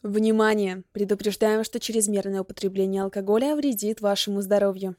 Внимание! Предупреждаем, что чрезмерное употребление алкоголя вредит вашему здоровью.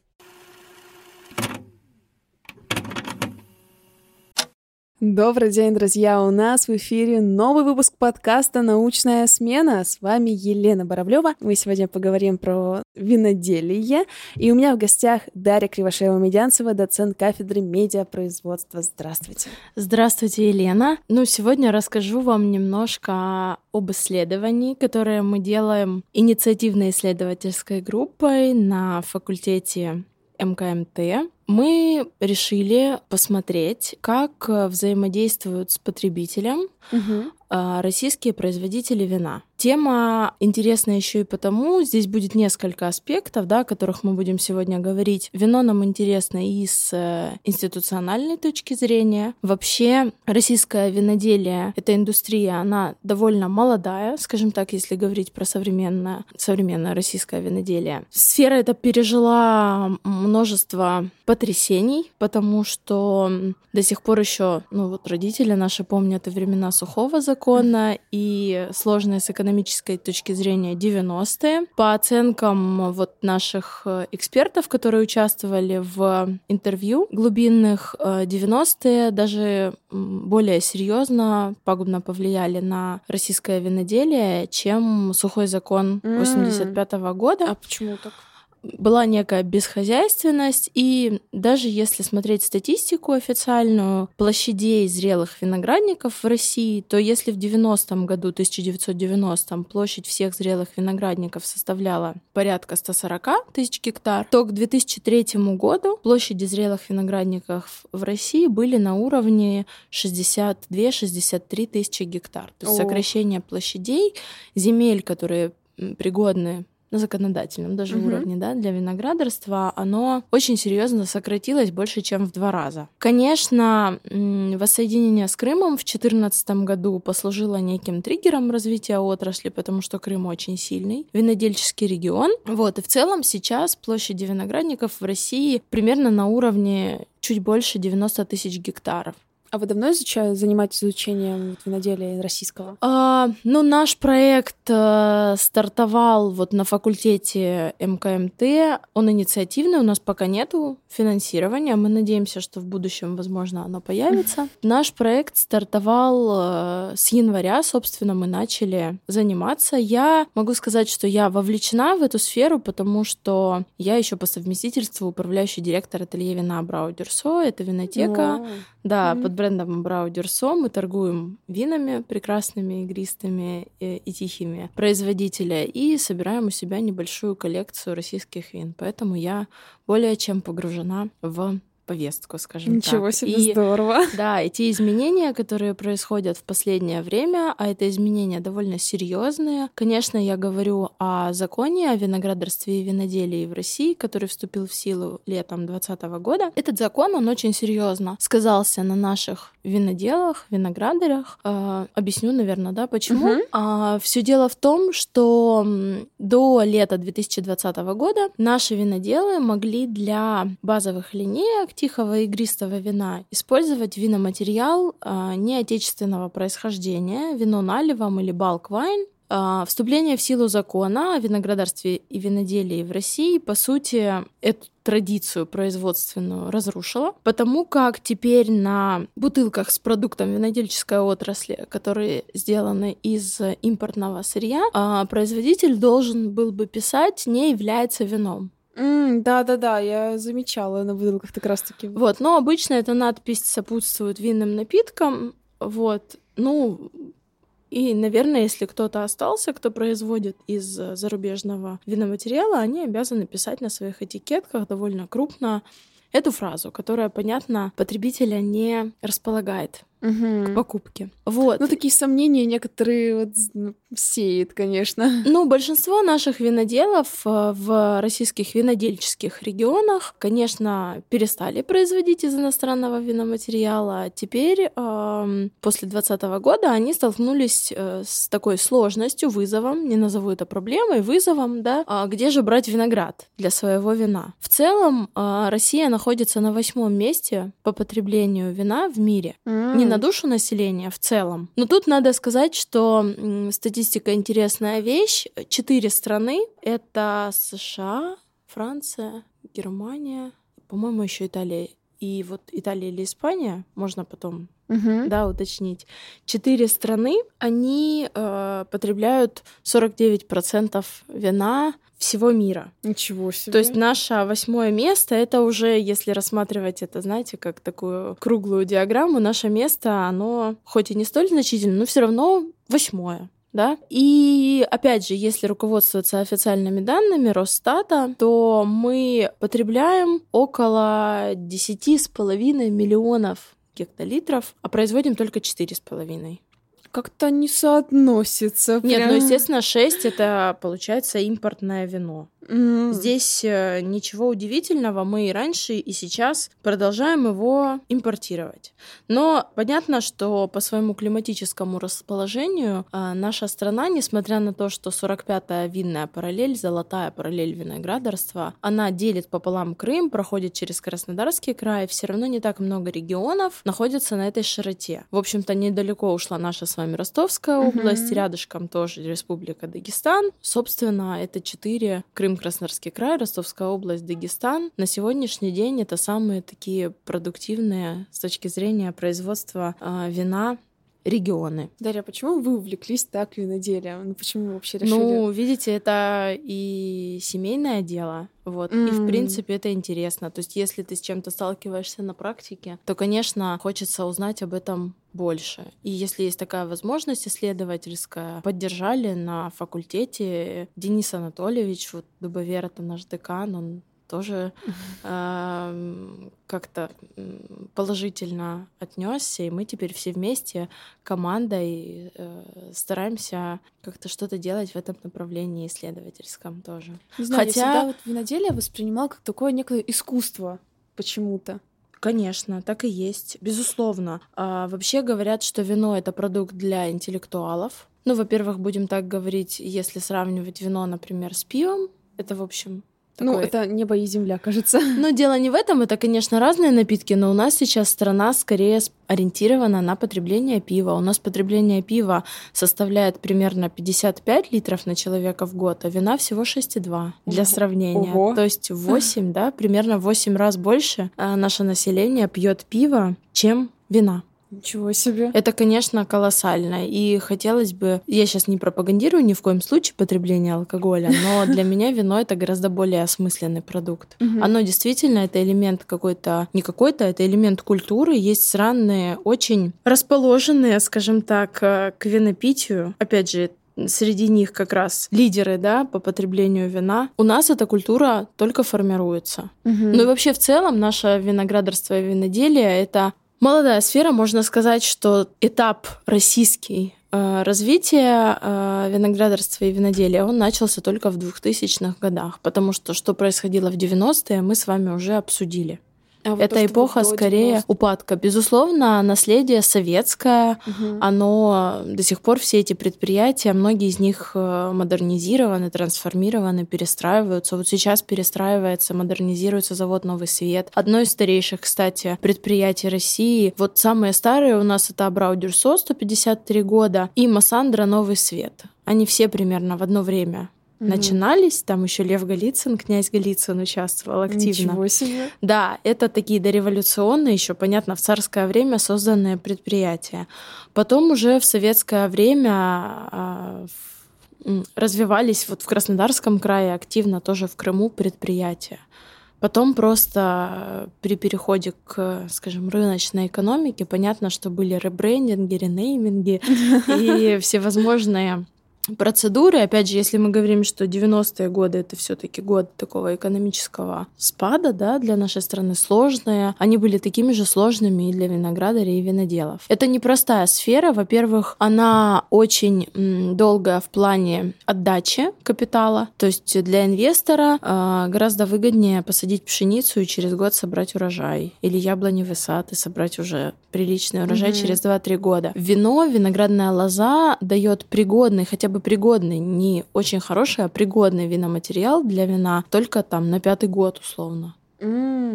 Добрый день, друзья! У нас в эфире новый выпуск подкаста «Научная смена». С вами Елена Боровлева. Мы сегодня поговорим про виноделие. И у меня в гостях Дарья Кривошеева-Медянцева, доцент кафедры медиапроизводства. Здравствуйте! Здравствуйте, Елена! Сегодня расскажу вам немножко об исследовании, которое мы делаем инициативной исследовательской группой на факультете МКМТ. Мы решили посмотреть, как взаимодействуют с потребителем российские производители вина. Тема интересна еще и потому, здесь будет несколько аспектов, о которых мы будем сегодня говорить. Вино нам интересно и с институциональной точки зрения. Вообще, российское виноделие, эта индустрия, она довольно молодая, скажем так, если говорить про современное российское виноделие. Сфера эта пережила множество потрясений, потому что до сих пор еще, родители наши помнят и времена сухого закона, и сложные с экономической точки зрения 90-е. По оценкам наших экспертов, которые участвовали в интервью глубинных, 90-е даже более серьезно, пагубно повлияли на российское виноделие, чем сухой закон 85-го года. А почему так? Была некая бесхозяйственность, и даже если смотреть статистику официальную площадей зрелых виноградников в России, то если в 1990-м площадь всех зрелых виноградников составляла порядка 140 тысяч гектар, то к 2003 году площади зрелых виноградников в России были на уровне 62-63 тысячи гектар. То есть сокращение площадей, земель, которые пригодны на законодательном даже уровне, для виноградарства, оно очень серьезно сократилось больше, чем в 2 раза. Конечно, воссоединение с Крымом в 2014 году послужило неким триггером развития отрасли, потому что Крым очень сильный винодельческий регион. И в целом сейчас площади виноградников в России примерно на уровне чуть больше 90 тысяч гектаров. А вы давно занимаетесь изучением виноделия российского? Наш проект стартовал на факультете МКМТ. Он инициативный, у нас пока нету финансирования. Мы надеемся, что в будущем, возможно, оно появится. Наш проект стартовал с января, собственно, мы начали заниматься. Я могу сказать, что я вовлечена в эту сферу, потому что я еще по совместительству управляющий директор ателье вина Абрау Дюрсо. Это винотека. Под брендом Абрау Дюрсо мы торгуем винами прекрасными, игристыми и тихими производителя и собираем у себя небольшую коллекцию российских вин. Поэтому я более чем погружена в повестку, скажем так. Ничего себе, здорово. Да, и те изменения, которые происходят в последнее время, а это изменения довольно серьезные. Конечно, я говорю о законе о виноградарстве и виноделии в России, который вступил в силу летом 2020 года. Этот закон, он очень серьезно сказался на наших виноделах, виноградарях. Объясню, наверное, почему. Все дело в том, что до лета 2020 года наши виноделы могли для базовых линеек тихого игристого вина использовать виноматериал неотечественного происхождения, вино налевом или bulk wine. Вступление в силу закона о виноградарстве и виноделии в России, по сути, эту традицию производственную разрушила, потому как теперь на бутылках с продуктом винодельческой отрасли, которые сделаны из импортного сырья, производитель должен был бы писать «не является вином». Да, я замечала на бутылках как раз-таки. Но обычно эта надпись сопутствует винным напиткам, и, наверное, если кто-то остался, кто производит из зарубежного виноматериала, они обязаны писать на своих этикетках довольно крупно эту фразу, которая, понятно, потребителя не располагает к покупке. Такие сомнения некоторые сеет, конечно. Большинство наших виноделов в российских винодельческих регионах, конечно, перестали производить из иностранного виноматериала. Теперь, после 2020 года, они столкнулись с такой сложностью, вызовом, не назову это проблемой, вызовом, где же брать виноград для своего вина. В целом, Россия находится на 8-м месте по потреблению вина в мире. Не на на душу населения в целом. Но тут надо сказать, что статистика интересная вещь. 4 страны — это США, Франция, Германия, по-моему, еще Италия. И вот Италия или Испания, можно потом уточнить. 4 страны, они потребляют 49% вина всего мира. Ничего себе. То есть наше 8-е место, это уже, если рассматривать это, знаете, как такую круглую диаграмму, наше место, оно хоть и не столь значительно, но все равно 8-е. Да? И опять же, если руководствоваться официальными данными Росстата, то мы потребляем около 10,5 миллионов гектолитров, а производим только 4,5. Как-то не соотносится. Нет, прям. ну, естественно, 6 — это, получается, импортное вино. Здесь ничего удивительного, мы и раньше, и сейчас продолжаем его импортировать. Но понятно, что по своему климатическому расположению наша страна, несмотря на то, что 45-я винная параллель, золотая параллель виноградарства, она делит пополам Крым, проходит через Краснодарский край, все равно не так много регионов находятся на этой широте. В общем-то, недалеко ушла наша с вами Ростовская область, рядышком тоже Республика Дагестан. Собственно, это 4: Крым, Краснодарский край, Ростовская область, Дагестан. На сегодняшний день это самые такие продуктивные с точки зрения производства вина регионы. Дарья, почему вы увлеклись так виноделием? Ну, почему вы вообще решили? Ну, видите, это и семейное дело, вот, и, в принципе, это интересно. То есть, если ты с чем-то сталкиваешься на практике, то, конечно, хочется узнать об этом больше. И если есть такая возможность исследовательская, поддержали на факультете. Денис Анатольевич, вот Дубовер, это наш декан, он тоже как-то положительно отнесся, и мы теперь все вместе командой стараемся как-то что-то делать в этом направлении исследовательском тоже. Не знаю, я всегда вот виноделие воспринимала как такое некое искусство почему-то. Конечно, так и есть, безусловно. Вообще говорят, что вино — это продукт для интеллектуалов. Ну, во-первых, будем так говорить, если сравнивать вино, например, с пивом, это, в общем, такой... Ну, это небо и земля, кажется. Но дело не в этом, это, конечно, разные напитки, но у нас сейчас страна скорее ориентирована на потребление пива. У нас потребление пива составляет примерно 55 литров на человека в год, а вина всего 6,2 для сравнения. Ого. То есть 8, да, примерно в 8 раз больше наше население пьет пиво, чем вина. Ничего себе. Это, конечно, колоссально. И хотелось бы... Я сейчас не пропагандирую ни в коем случае потребление алкоголя, но для меня вино — это гораздо более осмысленный продукт. Оно действительно, это элемент какой-то... Не какой-то, это элемент культуры. Есть страны очень расположенные, скажем так, к винопитию. Опять же, среди них как раз лидеры, да, по потреблению вина. У нас эта культура только формируется. Ну и вообще в целом наше виноградарство и виноделие — это молодая сфера. Можно сказать, что этап российский развития виноградарства и виноделия, он начался только в 2000-х годах, потому что происходило в 90-е, мы с вами уже обсудили. Это эпоха скорее упадка. Безусловно, наследие советское, оно до сих пор, все эти предприятия, многие из них модернизированы, трансформированы, перестраиваются. Вот сейчас перестраивается, модернизируется завод «Новый свет». Одно из старейших, кстати, предприятий России. Вот самые старые у нас — это Абрау-Дюрсо, 153 года, и Массандра «Новый свет». Они все примерно в одно время начинались. Там еще Лев Голицын, князь Голицын участвовал активно. Ничего себе. Да, это такие дореволюционные, еще понятно, в царское время созданные предприятия. Потом уже в советское время развивались вот в Краснодарском крае активно, тоже в Крыму предприятия. Потом просто при переходе к, скажем, рыночной экономике понятно, что были ребрендинги, ренейминги и всевозможные процедуры. Опять же, если мы говорим, что 90-е годы — это все-таки год такого экономического спада, да, для нашей страны сложные, они были такими же сложными и для виноградарей и виноделов. Это непростая сфера. Во-первых, она очень долгая в плане отдачи капитала. То есть для инвестора гораздо выгоднее посадить пшеницу и через год собрать урожай. Или яблоневый сад и собрать уже приличный урожай через 2-3 года. Вино, виноградная лоза дает пригодный, хотя бы пригодный, не очень хороший, а пригодный виноматериал для вина только там на 5-й год условно.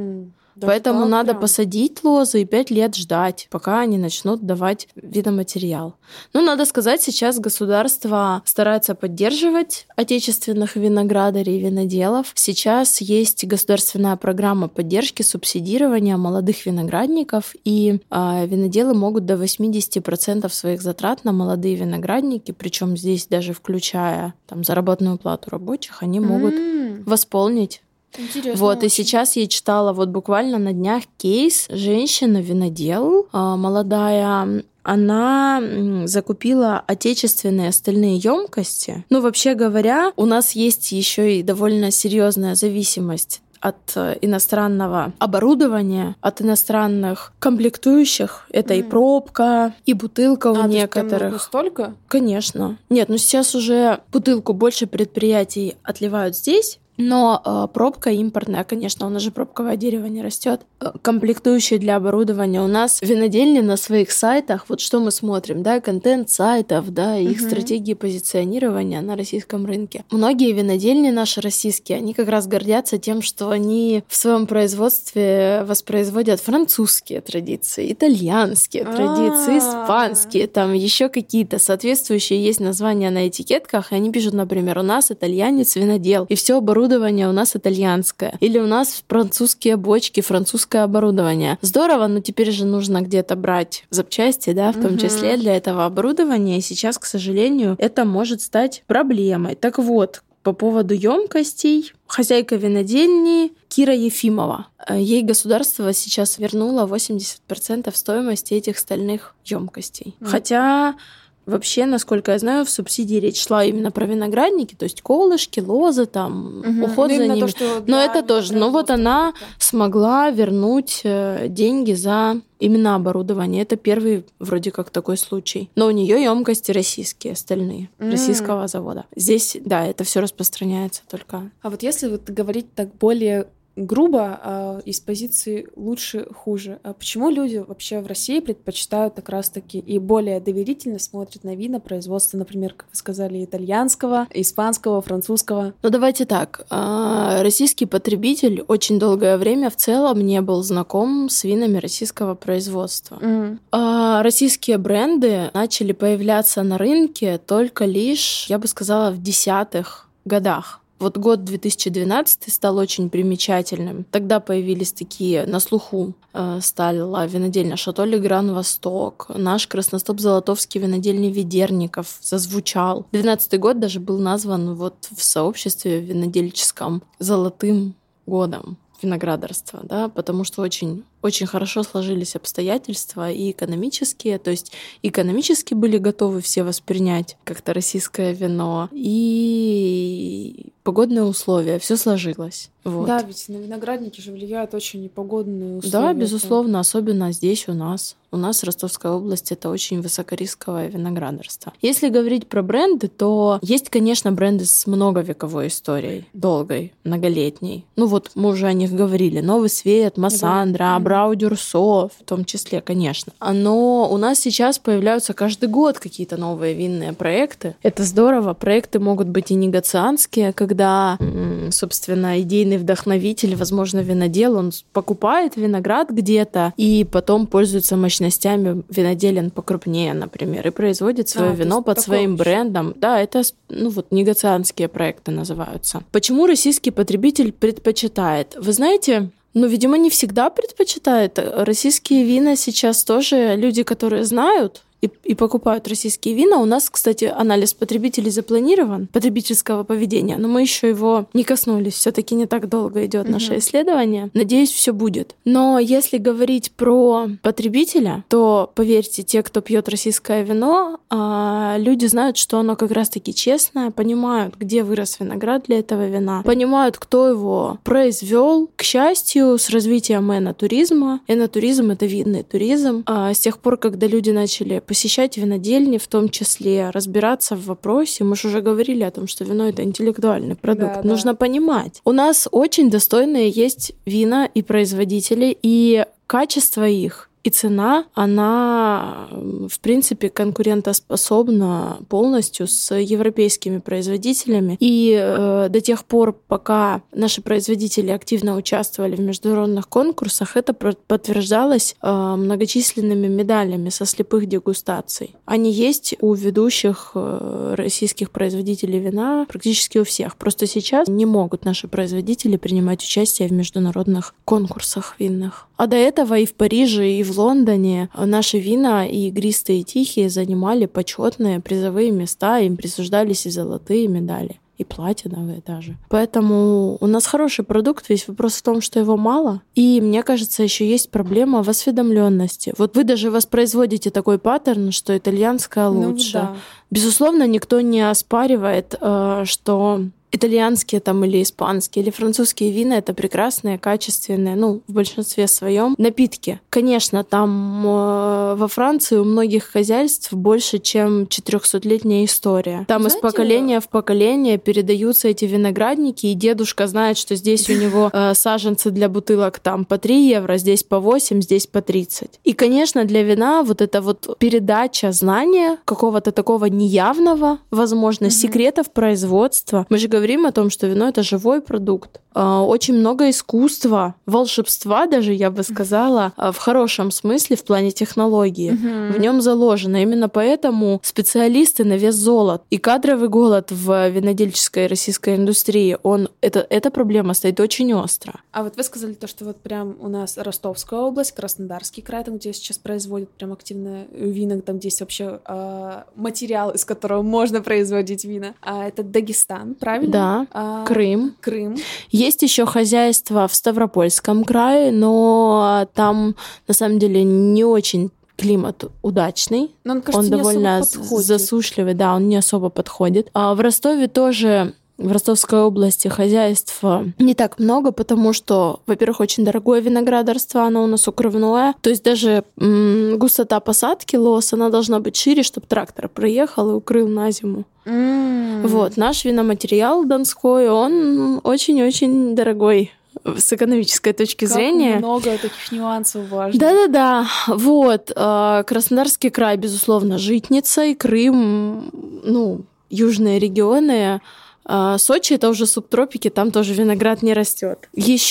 Поэтому надо прям посадить лозы и 5 лет ждать, пока они начнут давать видоматериал. Ну, надо сказать, сейчас государство старается поддерживать отечественных виноградарей и виноделов. Сейчас есть государственная программа поддержки, субсидирования молодых виноградников, и виноделы могут до 80% своих затрат на молодые виноградники, причем здесь даже включая там заработную плату рабочих, они могут восполнить. интересно. Вот, и очень. сейчас я читала вот буквально на днях кейс. Женщина-винодел, молодая, она закупила отечественные стальные емкости. Ну, вообще говоря, у нас есть еще и довольно серьезная зависимость от иностранного оборудования, от иностранных комплектующих. Это и пробка, и бутылка у то есть прям некоторых. настолько? Конечно. Нет, ну сейчас уже бутылку больше предприятий отливают здесь, но пробка импортная, конечно, у нас же пробковое дерево не растет. Комплектующие для оборудования у нас винодельни на своих сайтах. Вот что мы смотрим, да, контент сайтов, да, их стратегии позиционирования на российском рынке. Многие винодельни наши российские, они как раз гордятся тем, что они в своем производстве воспроизводят французские традиции, итальянские традиции, испанские, там еще какие-то соответствующие есть названия на этикетках, и они пишут, например, у нас итальянец-винодел, и все оборудование у нас итальянское. Или у нас французские бочки, французское оборудование. Здорово, но теперь же нужно где-то брать запчасти, да, в том числе для этого оборудования. И сейчас, к сожалению, это может стать проблемой. Так вот, по поводу емкостей, хозяйка винодельни Кира Ефимова. Ей государство сейчас вернуло 80% стоимости этих стальных емкостей. Хотя вообще, насколько я знаю, в субсидии речь шла именно про виноградники, то есть колышки, лозы, там, уход за ними. Но это тоже. Но вот она смогла вернуть деньги за именно оборудование. Это первый вроде как такой случай. Но у нее емкости российские, стальные, российского завода. Здесь, да, это все распространяется только. А вот если вот говорить так более грубо, из позиции лучше, хуже. А почему люди вообще в России предпочитают как раз-таки и более доверительно смотрят на вина производства, например, как вы сказали, итальянского, испанского, французского? Ну, давайте так. Российский потребитель очень долгое время в целом не был знаком с винами российского производства. Российские бренды начали появляться на рынке только лишь, я бы сказала, в десятых годах. Вот год 2012 стал очень примечательным. Тогда появились такие на слуху стала винодельня Шато Легран Восток, наш Красностоп-Золотовский винодельня Ведерников зазвучал. 2012 год даже был назван вот в сообществе винодельческом золотым годом виноградарства, да, потому что очень, очень хорошо сложились обстоятельства и экономические, то есть экономически были готовы все воспринять как-то российское вино, и погодные условия, все сложилось. Вот. Да, ведь на виноградники же влияют очень непогодные условия. Да, безусловно, особенно здесь у нас. У нас Ростовская область — это очень высокорисковое виноградарство. Если говорить про бренды, то есть, конечно, бренды с многовековой историей, долгой, многолетней. Ну вот мы уже о них говорили. Новый Свет, Массандра, Абрау Дюрсо, в том числе, конечно. Но у нас сейчас появляются каждый год какие-то новые винные проекты. Это здорово. Проекты могут быть и негациантские, когда, собственно, идейный вдохновитель, возможно, винодел, он покупает виноград где-то и потом пользуется мощностями виноделин покрупнее, например, и производит свое вино под своим брендом. Да, это, ну вот, негациантские проекты называются. Почему российский потребитель предпочитает? Вы знаете, ну, видимо, не всегда предпочитает. Российские вина сейчас тоже люди, которые знают и покупают российские вина. У нас, кстати, анализ потребителей запланирован, потребительского поведения, но мы еще его не коснулись. Все-таки не так долго идет наше исследование. Надеюсь, все будет. Но если говорить про потребителя, то, поверьте, те, кто пьет российское вино, люди знают, что оно как раз-таки честное, понимают, где вырос виноград для этого вина, понимают, кто его произвел. К счастью, с развитием энотуризма, энотуризм — это винный туризм, с тех пор, когда люди начали посещать винодельни, в том числе разбираться в вопросе. Мы же уже говорили о том, что вино — это интеллектуальный продукт. Да, нужно понимать. У нас очень достойные есть вина и производители, и качество их и цена, она, в принципе, конкурентоспособна полностью с европейскими производителями. И до тех пор, пока наши производители активно участвовали в международных конкурсах, это подтверждалось многочисленными медалями со слепых дегустаций. Они есть у ведущих российских производителей вина, практически у всех. Просто сейчас не могут наши производители принимать участие в международных конкурсах винных. А до этого и в Париже, и в Лондоне наши вина, и игристые, и тихие, занимали почетные призовые места, им присуждались и золотые медали, и платиновые даже. Поэтому у нас хороший продукт, весь вопрос в том, что его мало. И мне кажется, еще есть проблема в осведомленности. Вот вы даже воспроизводите такой паттерн, что итальянское лучше. Да. Безусловно, никто не оспаривает, что итальянские там или испанские или французские вина — это прекрасные, качественные, в большинстве своем напитки. Конечно, там во Франции у многих хозяйств больше, чем 400-летняя история. Там из поколения в поколение передаются эти виноградники, и дедушка знает, что здесь у него саженцы для бутылок там по 3 евро, здесь по 8, здесь по 30. И, конечно, для вина вот эта вот передача знания какого-то такого неявного, возможно, секретов производства. Мы же говорим о том, что вино — это живой продукт. Очень много искусства, волшебства даже, я бы сказала, в хорошем смысле в плане технологии. В нем заложено. Именно поэтому специалисты на вес золота. И кадровый голод в винодельческой российской индустрии, эта проблема стоит очень остро. А вот вы сказали то, что вот прям у нас Ростовская область, Краснодарский край, там, где сейчас производят прям активно вина, там, где есть вообще материал, из которого можно производить вина. А это Дагестан, правильно? Да, Крым. Крым. Есть еще хозяйство в Ставропольском крае, но там на самом деле не очень климат удачный. Но он, кажется, довольно засушливый, да, он не особо подходит. А в Ростове тоже, в Ростовской области хозяйства не так много, потому что, во-первых, очень дорогое виноградарство, оно у нас укрывное. То есть даже густота посадки лоз, она должна быть шире, чтобы трактор проехал и укрыл на зиму. Вот, наш виноматериал донской, он очень-очень дорогой с экономической точки зрения. Много таких нюансов важных. Да-да-да. Вот. Краснодарский край, безусловно, житница, и Крым, южные регионы. Сочи — это уже субтропики, там тоже виноград не растет.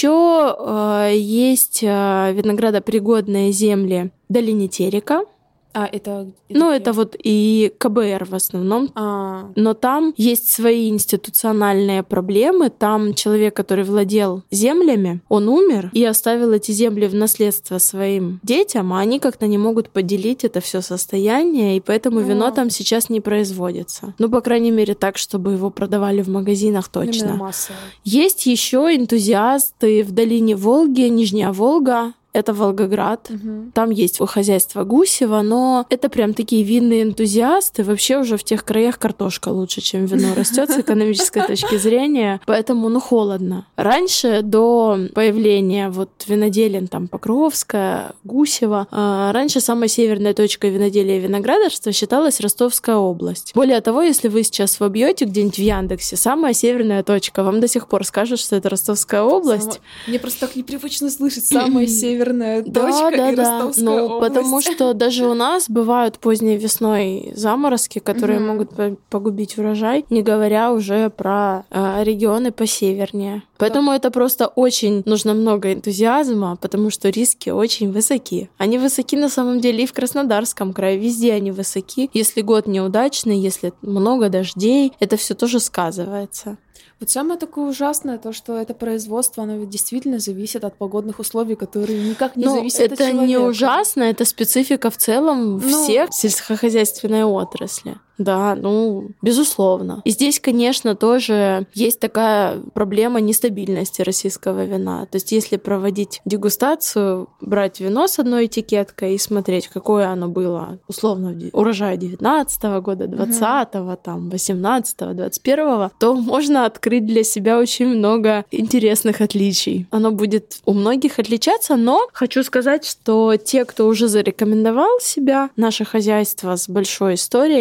Еще есть виноградопригодные земли в долине Терека. Это вот и КБР в основном. Но там есть свои институциональные проблемы. Там человек, который владел землями, он умер и оставил эти земли в наследство своим детям, а они как-то не могут поделить это все состояние, и поэтому вино там сейчас не производится. По крайней мере, так, чтобы его продавали в магазинах точно. Есть еще энтузиасты в долине Волги, Нижняя Волга. Это Волгоград. Там есть хозяйство Гусева, но это прям такие винные энтузиасты. Вообще уже в тех краях картошка лучше, чем вино растет с экономической точки зрения. Поэтому, холодно. Раньше, до появления виноделин там Покровская, Гусева, раньше самой северной точкой виноделия и виноградарства считалась Ростовская область. Более того, если вы сейчас вобьете где-нибудь в Яндексе самая северная точка, вам до сих пор скажут, что это Ростовская область. Мне просто так непривычно слышать самая северная точка и Ростовская область. Потому что даже у нас бывают поздней весной заморозки, которые могут погубить урожай, не говоря уже про регионы посевернее. Поэтому это просто очень нужно много энтузиазма, потому что риски очень высоки. Они высоки на самом деле и в Краснодарском крае, везде они высоки. Если год неудачный, если много дождей, это все тоже сказывается. Вот самое такое ужасное, то, что это производство, оно ведь действительно зависит от погодных условий, которые никак не зависят от человека. Это не ужасно, это специфика в целом всех сельскохозяйственной отрасли. Да, безусловно. И здесь, конечно, тоже есть такая проблема нестабильности российского вина. То есть если проводить дегустацию, брать вино с одной этикеткой и смотреть, какое оно было, условно, урожая 19-го года, 20-го, 18-го, 21-го, то можно открыть для себя очень много интересных отличий. Оно будет у многих отличаться, но хочу сказать, что те, кто уже зарекомендовал себя, наше хозяйство с большой историей, они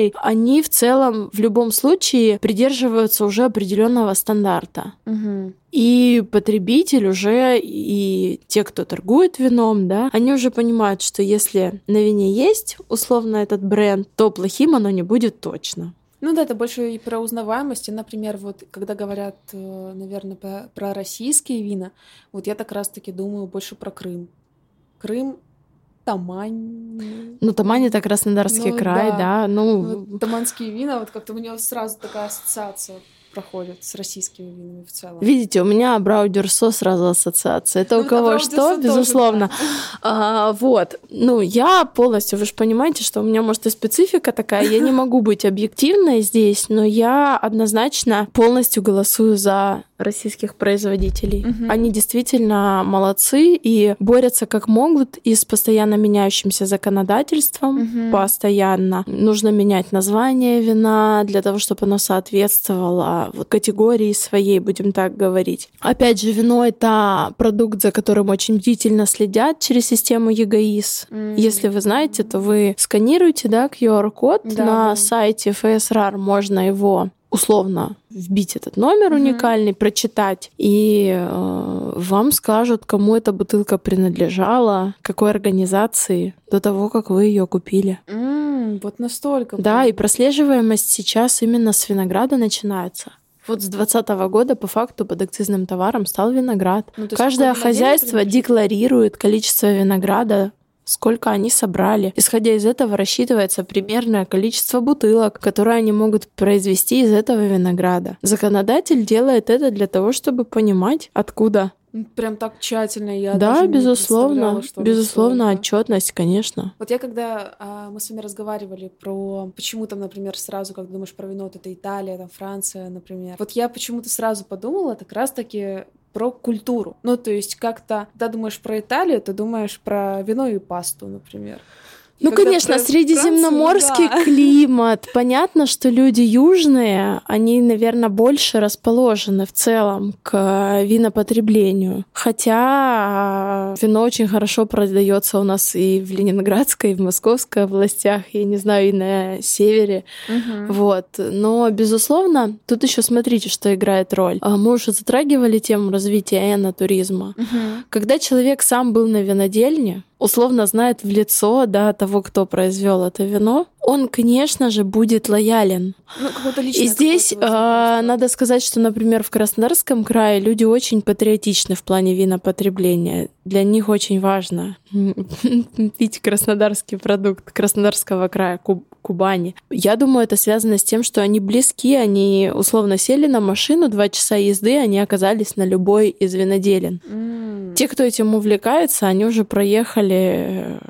они в целом в любом случае придерживаются уже определенного стандарта. И потребитель уже, и те, кто торгует вином, да, они уже понимают, что если на вине есть условно этот бренд, то плохим оно не будет точно. Ну да, это больше и про узнаваемость. И, например, вот когда говорят, наверное, про российские вина, вот я так раз-таки думаю больше про Крым. Крым, Тамань. Ну, Тамань — это Краснодарский край, да. Вот таманские вина, вот как-то у меня сразу такая ассоциация проходит с российскими винами в целом. Видите, у меня Браудерсо сразу ассоциация. Это у кого что, безусловно. Вот. Ну, я полностью, вы же понимаете, что у меня, может, и специфика такая, я не могу быть объективной здесь, но я однозначно полностью голосую за российских производителей. Они действительно молодцы и борются как могут и с постоянно меняющимся законодательством. Постоянно нужно менять название вина для того, чтобы оно соответствовало вот категории своей, будем так говорить. Опять же, вино — это продукт, за которым очень бдительно следят через систему ЕГАИС. Если вы знаете, то вы сканируете, да, QR-код на сайте ФСРАР, можно его условно вбить этот номер уникальный, прочитать, и вам скажут, кому эта бутылка принадлежала, какой организации, до того, как вы ее купили. Вот настолько. Да, и прослеживаемость сейчас именно с винограда начинается. Вот с 2020 года по факту под акцизным товаром стал виноград. Каждое хозяйство декларирует количество винограда, сколько они собрали. Исходя из этого рассчитывается примерное количество бутылок, которые они могут произвести из этого винограда. Законодатель делает это для того, чтобы понимать, откуда. Прям так тщательно я да, даже безусловно, не что безусловно, отчетность, конечно. Вот я когда мы с вами разговаривали про почему там, например, сразу, как думаешь про вино, вот это Италия, там Франция, например. Вот я почему-то сразу подумала как раз-таки про культуру. Ну, то есть как-то, когда думаешь про Италию, ты думаешь про вино и пасту, например. Ну, конечно, средиземноморский климат. Понятно, что люди южные, они, наверное, больше расположены в целом к винопотреблению. Хотя вино очень хорошо продается у нас и в Ленинградской, и в Московской областях, я не знаю, и на севере. Вот. Но, безусловно, тут еще смотрите, что играет роль. Мы уже затрагивали тему развития энотуризма. Когда человек сам был на винодельне, условно знает в лицо, да, того, кто произвел это вино, он, конечно же, будет лоялен. И здесь надо сказать, что, например, в Краснодарском крае люди очень патриотичны в плане винопотребления. Для них очень важно пить краснодарский продукт Краснодарского края, Кубани. Я думаю, это связано с тем, что они близки, они условно сели на машину, 2 часа езды, они оказались на любой из виноделин. Те, кто этим увлекается, они уже проехали,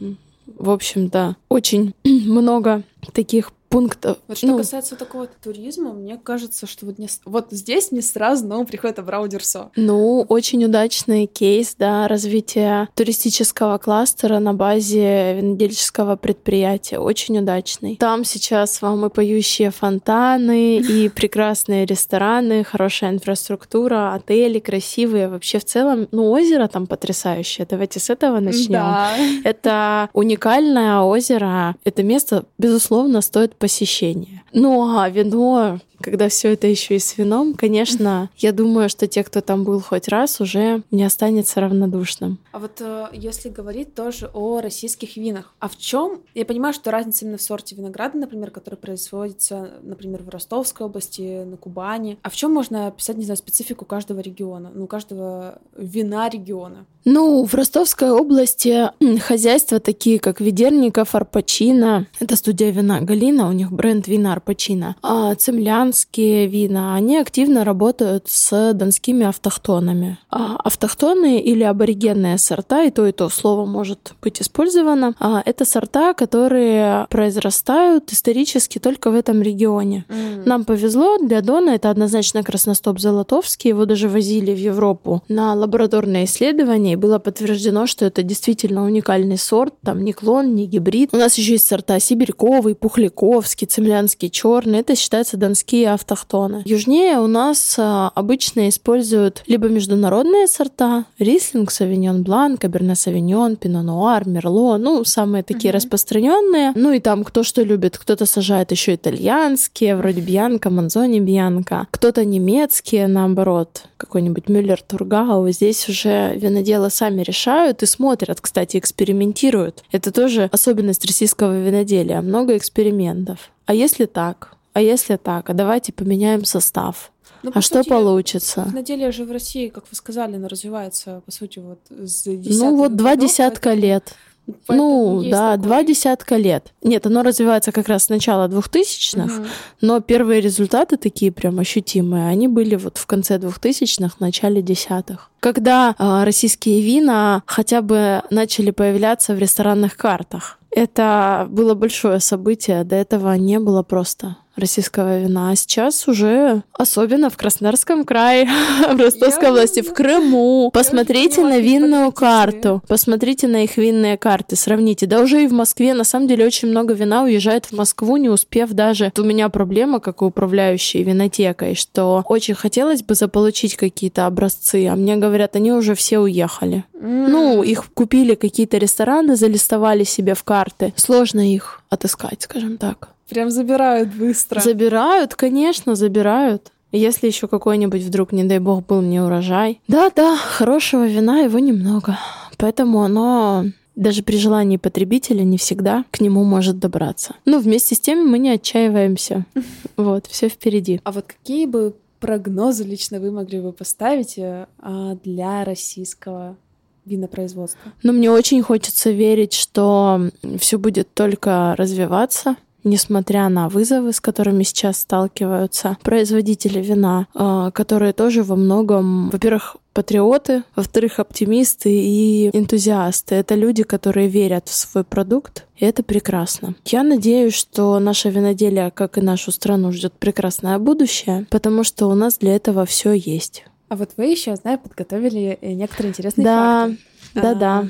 в общем-то, очень много таких пунктов. Вот что касается такого туризма, мне кажется, что вот здесь мне сразу приходит Браудерсо. Ну, очень удачный кейс, да, развития туристического кластера на базе винодельческого предприятия. Очень удачный. Там сейчас вам и поющие фонтаны, и прекрасные рестораны, хорошая инфраструктура, отели красивые. Вообще в целом, озеро там потрясающее. Давайте с этого начнем. Да. Это уникальное озеро. Это место, безусловно, стоит посещения. А вино, когда все это еще и с вином, конечно, я думаю, что те, кто там был хоть раз, уже не останется равнодушным. А вот если говорить тоже о российских винах, а в чем? Я понимаю, что разница именно в сорте винограда, например, который производится, например, в Ростовской области, на Кубани. А в чем можно описать, не знаю, специфику каждого региона, каждого вина региона? В Ростовской области хозяйства такие, как Ведерников, Арпачино, это студия вина Галина, у них бренд вина Арпачино, цемлянские вина, они активно работают с донскими автохтонами. Автохтонные или аборигенные сорта, и то слово может быть использовано, это сорта, которые произрастают исторически только в этом регионе. Нам повезло, для Дона это однозначно красностоп-золотовский, его даже возили в Европу на лабораторные исследования, и было подтверждено, что это действительно уникальный сорт, там ни клон, ни гибрид. У нас еще есть сорта сибирьковый, пухляковский, цемлянский черные. Это считается донские автохтоны. Южнее у нас обычно используют либо международные сорта: рислинг, савиньон блан, каберне савиньон, пино нуар, мерло, ну, самые такие распространенные. Ну, и там кто что любит. Кто-то сажает еще итальянские, вроде Бьянка, Манзони Бьянка. Кто-то немецкие, наоборот, какой-нибудь Мюллер Тургау. Здесь уже виноделы сами решают и смотрят, кстати, экспериментируют. Это тоже особенность российского виноделия. Много экспериментов. А если так? А если так? А давайте поменяем состав. Ну, а что получится? Виноделие же в России, как вы сказали, оно развивается, по сути, вот с 10-х Ну, вот 2 годов, десятка лет. Ну, да, такое. 2 десятка лет. Нет, оно развивается как раз с начала 2000-х, но первые результаты такие прям ощутимые, они были вот в конце 2000-х, начале десятых. Когда российские вина хотя бы начали появляться в ресторанных картах. Это было большое событие, до этого не было просто российского вина. А сейчас уже, особенно в Краснодарском крае, в Ростовской области, в Крыму. Посмотрите на винную карту, посмотрите на их винные карты, сравните. Да уже и в Москве, на самом деле, очень много вина уезжает в Москву, не успев даже. У меня проблема, как у управляющей винотекой, что очень хотелось бы заполучить какие-то образцы, а мне говорят, они уже все уехали. Ну, их купили какие-то рестораны, залистовали себе в карты. Сложно их отыскать, скажем так. Прям забирают быстро. Забирают, конечно, забирают. Если еще какой-нибудь вдруг, не дай бог, был не урожай. Да-да, хорошего вина его немного. Поэтому оно даже при желании потребителя не всегда к нему может добраться. Но вместе с тем мы не отчаиваемся. Вот, все впереди. А вот какие бы прогнозы лично вы могли бы поставить для российского винопроизводства? Но мне очень хочется верить, что все будет только развиваться, несмотря на вызовы, с которыми сейчас сталкиваются производители вина, которые тоже во многом, во-первых, патриоты, во-вторых, оптимисты и энтузиасты. Это люди, которые верят в свой продукт, и это прекрасно. Я надеюсь, что наше виноделие, как и нашу страну, ждет прекрасное будущее, потому что у нас для этого все есть. А вот вы еще, знаю, подготовили некоторые интересные факты. Да. Да.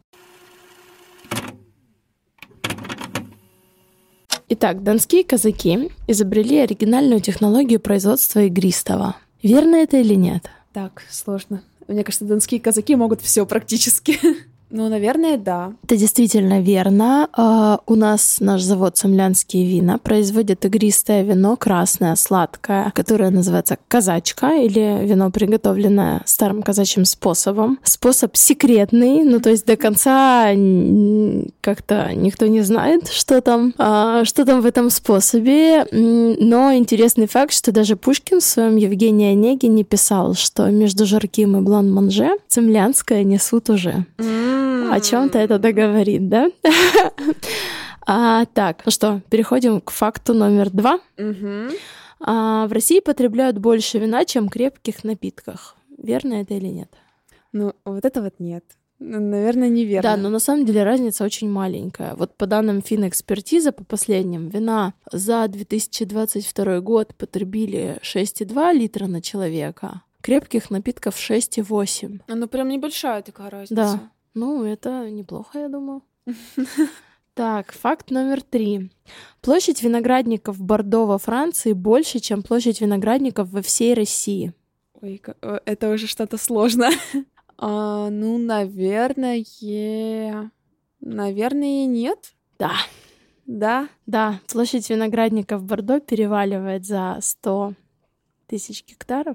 Итак, донские казаки изобрели оригинальную технологию производства игристого. Верно это или нет? Так, сложно. Мне кажется, донские казаки могут все практически. Ну, наверное, да. Это действительно верно. У нас наш завод «Самлянские вина» производит игристое вино, красное, сладкое, которое называется казачка, или вино, приготовленное старым казачьим способом. Способ секретный, ну то есть до конца как-то никто не знает, что там в этом способе. Но интересный факт, что даже Пушкин в своем «Евгении Онегине» писал, что между Жарким и Блан-Манже цемлянское несут уже. О чем-то это договорит, да? Так, ну что, переходим к факту номер 2. В России потребляют больше вина, чем крепких напитков. Верно это или нет? Ну, вот это вот нет. Наверное, неверно. Да, но на самом деле разница очень маленькая. Вот по данным Финэкспертизы, по последним, вина за 2022 год потребили 6,2 литра на человека, крепких напитков 6,8. Ну, прям небольшая такая разница. Да. Ну, это неплохо, я думаю. Так, факт номер 3. Площадь виноградников в Бордо во Франции больше, чем площадь виноградников во всей России. Ой, это уже что-то сложное. Ну, наверное, нет. Да. Да? Да, площадь виноградников в Бордо переваливает за 100 тысяч гектаров.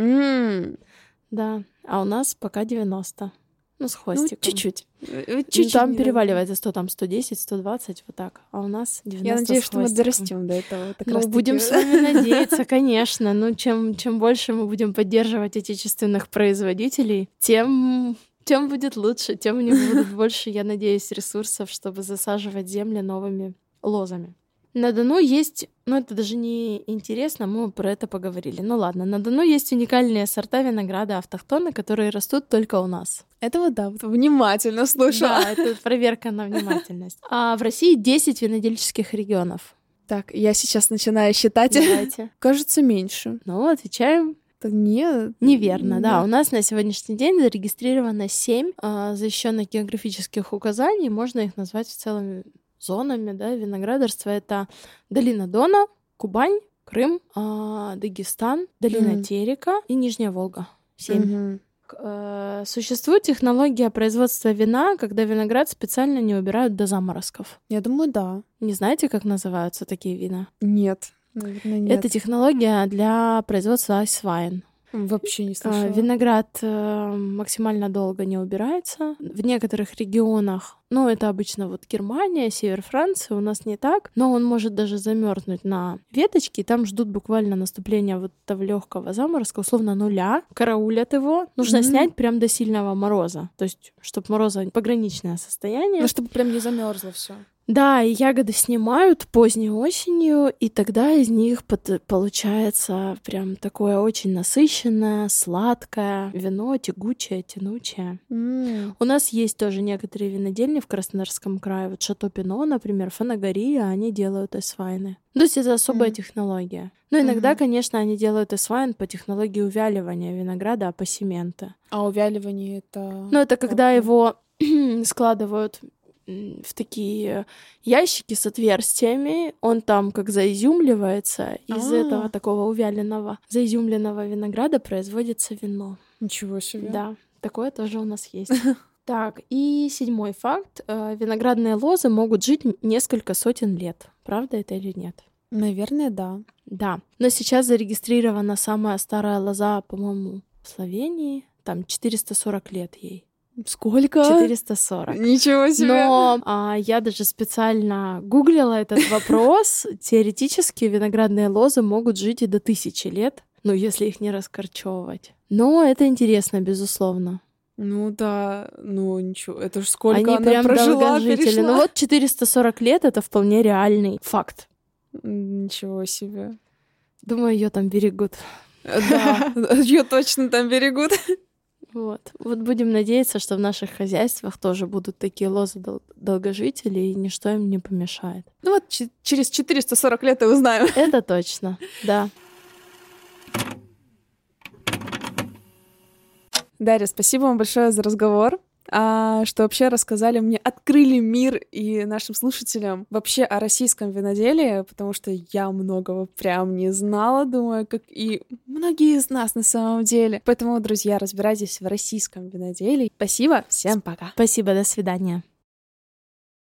Да, а у нас пока 90. Ну, с хвостиком. Ну, чуть-чуть. Там переваливает за 100, там 110, 120, вот так. А у нас 90 Я надеюсь, с что мы дорастем до этого. Будем с вами надеяться, конечно. Ну, чем больше мы будем поддерживать отечественных производителей, тем будет лучше, тем у них будет больше, я надеюсь, ресурсов, чтобы засаживать земли новыми лозами. На Дону есть, это даже не интересно, мы про это поговорили. Ну ладно, на Дону есть уникальные сорта винограда автохтоны, которые растут только у нас. Это вот да, внимательно слушала. Да, это проверка на внимательность. А в России 10 винодельческих регионов. Так, я сейчас начинаю считать. Давайте. Кажется, меньше. Ну, отвечаем. Нет. Неверно, да. У нас на сегодняшний день зарегистрировано 7 защищенных географических указаний. Можно их назвать в целом зонами, да, виноградарства. Это долина Дона, Кубань, Крым, Дагестан, долина Терека и Нижняя Волга. 7. Существует технология производства вина, когда виноград специально не убирают до заморозков. Я думаю, да. Не знаете, как называются такие вина? Нет, наверное, нет. Это технология для производства айсвайн. Вообще не слышала. Виноград максимально долго не убирается. В некоторых регионах, это обычно вот Германия, север Франции, у нас не так, но он может даже замерзнуть на веточке, и там ждут буквально наступления вот этого легкого заморозка, условно 0, караулят его. Нужно снять прям до сильного мороза, то есть, чтобы мороза пограничное состояние. Чтобы прям не замерзло все. Да, и ягоды снимают поздней осенью, и тогда из них получается прям такое очень насыщенное, сладкое вино, тягучее, тянучее. У нас есть тоже некоторые винодельни в Краснодарском крае, вот Шато Пино, например, Фанагария, они делают айсвайны. То есть это особая технология. Но иногда, конечно, они делают айсвайн по технологии увяливания винограда апасименто. А увяливание это... это когда его складывают в такие ящики с отверстиями, он там как заизюмливается, из этого такого увяленного, заизюмленного винограда производится вино. Ничего себе. Да, такое тоже у нас есть. Так, и 7 факт. Виноградные лозы могут жить несколько сотен лет. Правда это или нет? Наверное, да. Да, но сейчас зарегистрирована самая старая лоза, по-моему, в Словении. Там 440 лет ей. Сколько? 440. Ничего себе! Но я даже специально гуглила этот вопрос. Теоретически виноградные лозы могут жить и до 1000 лет, если их не раскорчевывать. Но это интересно, безусловно. Да, ничего, это ж сколько Они она прям прожила, долгожители. перешла. 440 лет — это вполне реальный факт. Ничего себе. Думаю, ее там берегут. Да, ее точно там берегут. Вот будем надеяться, что в наших хозяйствах тоже будут такие лозы-долгожители, и ничто им не помешает. Через 440 лет и узнаем. Это точно, да. Дарья, спасибо вам большое за разговор, что вообще рассказали мне, открыли мир и нашим слушателям вообще о российском виноделии, потому что я многого прям не знала, думаю, как и многие из нас на самом деле. Поэтому, друзья, разбирайтесь в российском виноделии. Спасибо, всем пока. Спасибо, до свидания.